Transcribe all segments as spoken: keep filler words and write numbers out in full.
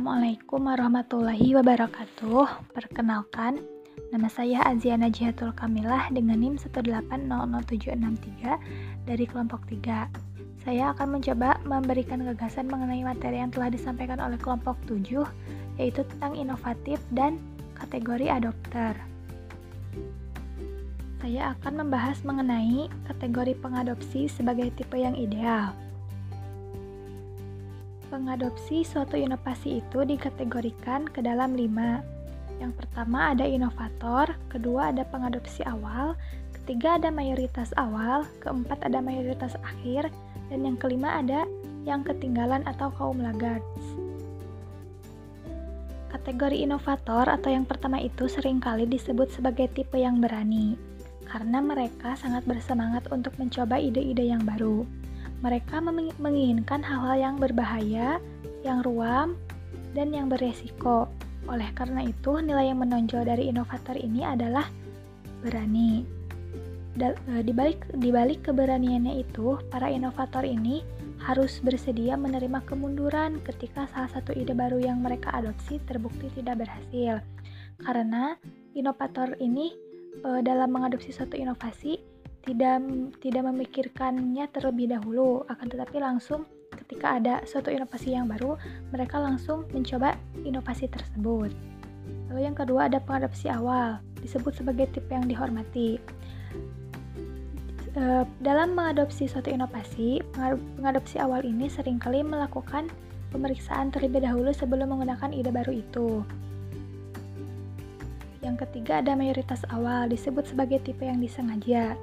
Assalamualaikum warahmatullahi wabarakatuh. Perkenalkan, nama saya Aziana Jihatul Kamilah dengan NIM satu delapan nol nol tujuh enam tiga dari kelompok tiga. Saya akan mencoba memberikan gagasan mengenai materi yang telah disampaikan oleh kelompok tujuh, yaitu tentang inovatif dan kategori adopter. Saya akan membahas mengenai kategori pengadopsi sebagai tipe yang ideal. Pengadopsi suatu inovasi itu dikategorikan ke dalam lima. Yang pertama ada inovator, kedua ada pengadopsi awal, ketiga ada mayoritas awal, keempat ada mayoritas akhir, dan yang kelima ada yang ketinggalan atau kaum laggards. Kategori inovator atau yang pertama itu seringkali disebut sebagai tipe yang berani, karena mereka sangat bersemangat untuk mencoba ide-ide yang baru. Mereka menginginkan hal-hal yang berbahaya, yang ruam, dan yang beresiko. Oleh karena itu, nilai yang menonjol dari inovator ini adalah berani. Di balik, di balik keberaniannya itu, para inovator ini harus bersedia menerima kemunduran ketika salah satu ide baru yang mereka adopsi terbukti tidak berhasil. Karena inovator ini e, dalam mengadopsi suatu inovasi tidak tidak memikirkannya terlebih dahulu, akan tetapi langsung ketika ada suatu inovasi yang baru, mereka langsung mencoba inovasi tersebut. Lalu yang kedua ada pengadopsi awal, disebut sebagai tipe yang dihormati. E, dalam mengadopsi suatu inovasi, pengadopsi awal ini seringkali melakukan pemeriksaan terlebih dahulu sebelum menggunakan ide baru itu. Yang ketiga ada mayoritas awal, disebut sebagai tipe yang disengaja.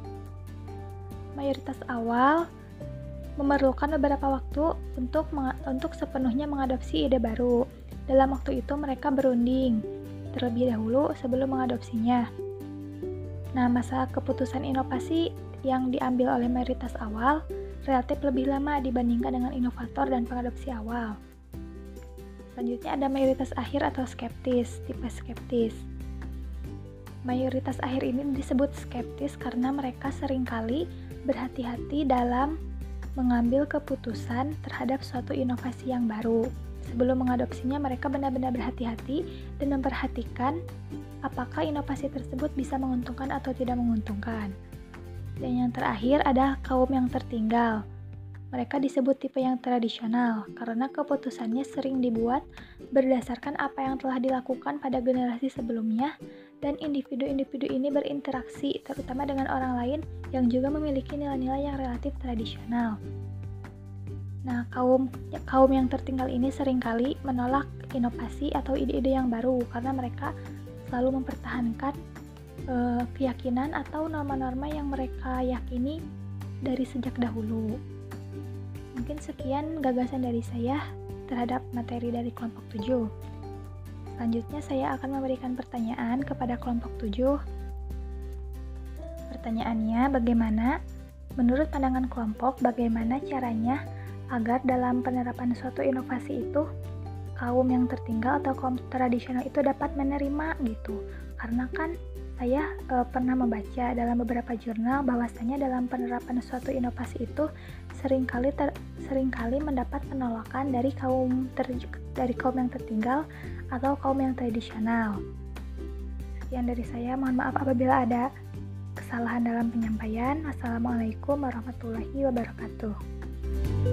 Mayoritas awal memerlukan beberapa waktu untuk untuk sepenuhnya mengadopsi ide baru. Dalam waktu itu mereka berunding terlebih dahulu sebelum mengadopsinya. Nah, masa keputusan inovasi yang diambil oleh mayoritas awal relatif lebih lama dibandingkan dengan inovator dan pengadopsi awal. Selanjutnya ada mayoritas akhir atau skeptis, tipe skeptis. Mayoritas akhir ini disebut skeptis karena mereka seringkali berhati-hati dalam mengambil keputusan terhadap suatu inovasi yang baru. Sebelum mengadopsinya, mereka benar-benar berhati-hati dan memperhatikan apakah inovasi tersebut bisa menguntungkan atau tidak menguntungkan. Dan yang terakhir ada kaum yang tertinggal. Mereka disebut tipe yang tradisional karena keputusannya sering dibuat berdasarkan apa yang telah dilakukan pada generasi sebelumnya, dan individu-individu ini berinteraksi terutama dengan orang lain yang juga memiliki nilai-nilai yang relatif tradisional. Nah, kaum kaum yang tertinggal ini seringkali menolak inovasi atau ide-ide yang baru karena mereka selalu mempertahankan e, keyakinan atau norma-norma yang mereka yakini dari sejak dahulu. Mungkin sekian gagasan dari saya terhadap materi dari kelompok tujuh. Selanjutnya saya akan memberikan pertanyaan kepada kelompok tujuh. Pertanyaannya, bagaimana menurut pandangan kelompok, bagaimana caranya agar dalam penerapan suatu inovasi itu kaum yang tertinggal atau kaum tradisional itu dapat menerima gitu. Karena kan saya e, pernah membaca dalam beberapa jurnal bahwasanya dalam penerapan suatu inovasi itu seringkali ter, seringkali mendapat penolakan dari kaum ter, dari kaum yang tertinggal atau kaum yang tradisional. Sekian dari saya, mohon maaf apabila ada kesalahan dalam penyampaian. Wassalamualaikum warahmatullahi wabarakatuh.